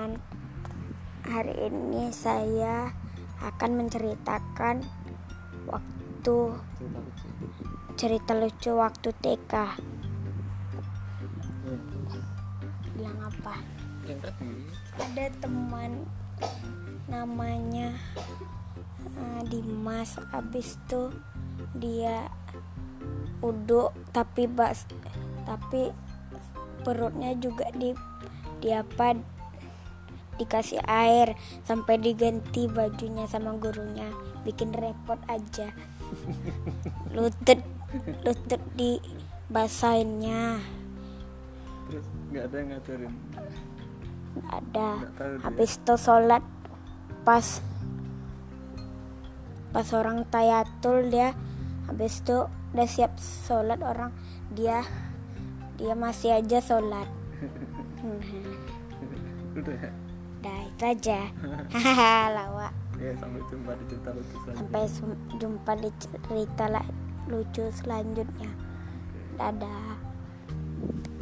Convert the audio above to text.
teman-teman. Hari ini saya akan menceritakan cerita lucu waktu TK. Bilang apa? Ada teman namanya Dimas. Abis itu dia uduk tapi perutnya juga dikasih air sampai diganti bajunya sama gurunya, bikin repot aja. lutut dibasahinnya. Terus nggak ada yang ngajarin? Nggak ada. Habis itu sholat pas orang tayatul, dia habis itu udah siap sholat orang, dia masih aja sholat. Udah itu aja. Hahaha, lawak. Ya, sampai jumpa di cerita lucu selanjutnya. Sampai jumpa di cerita lucu selanjutnya. Dadah.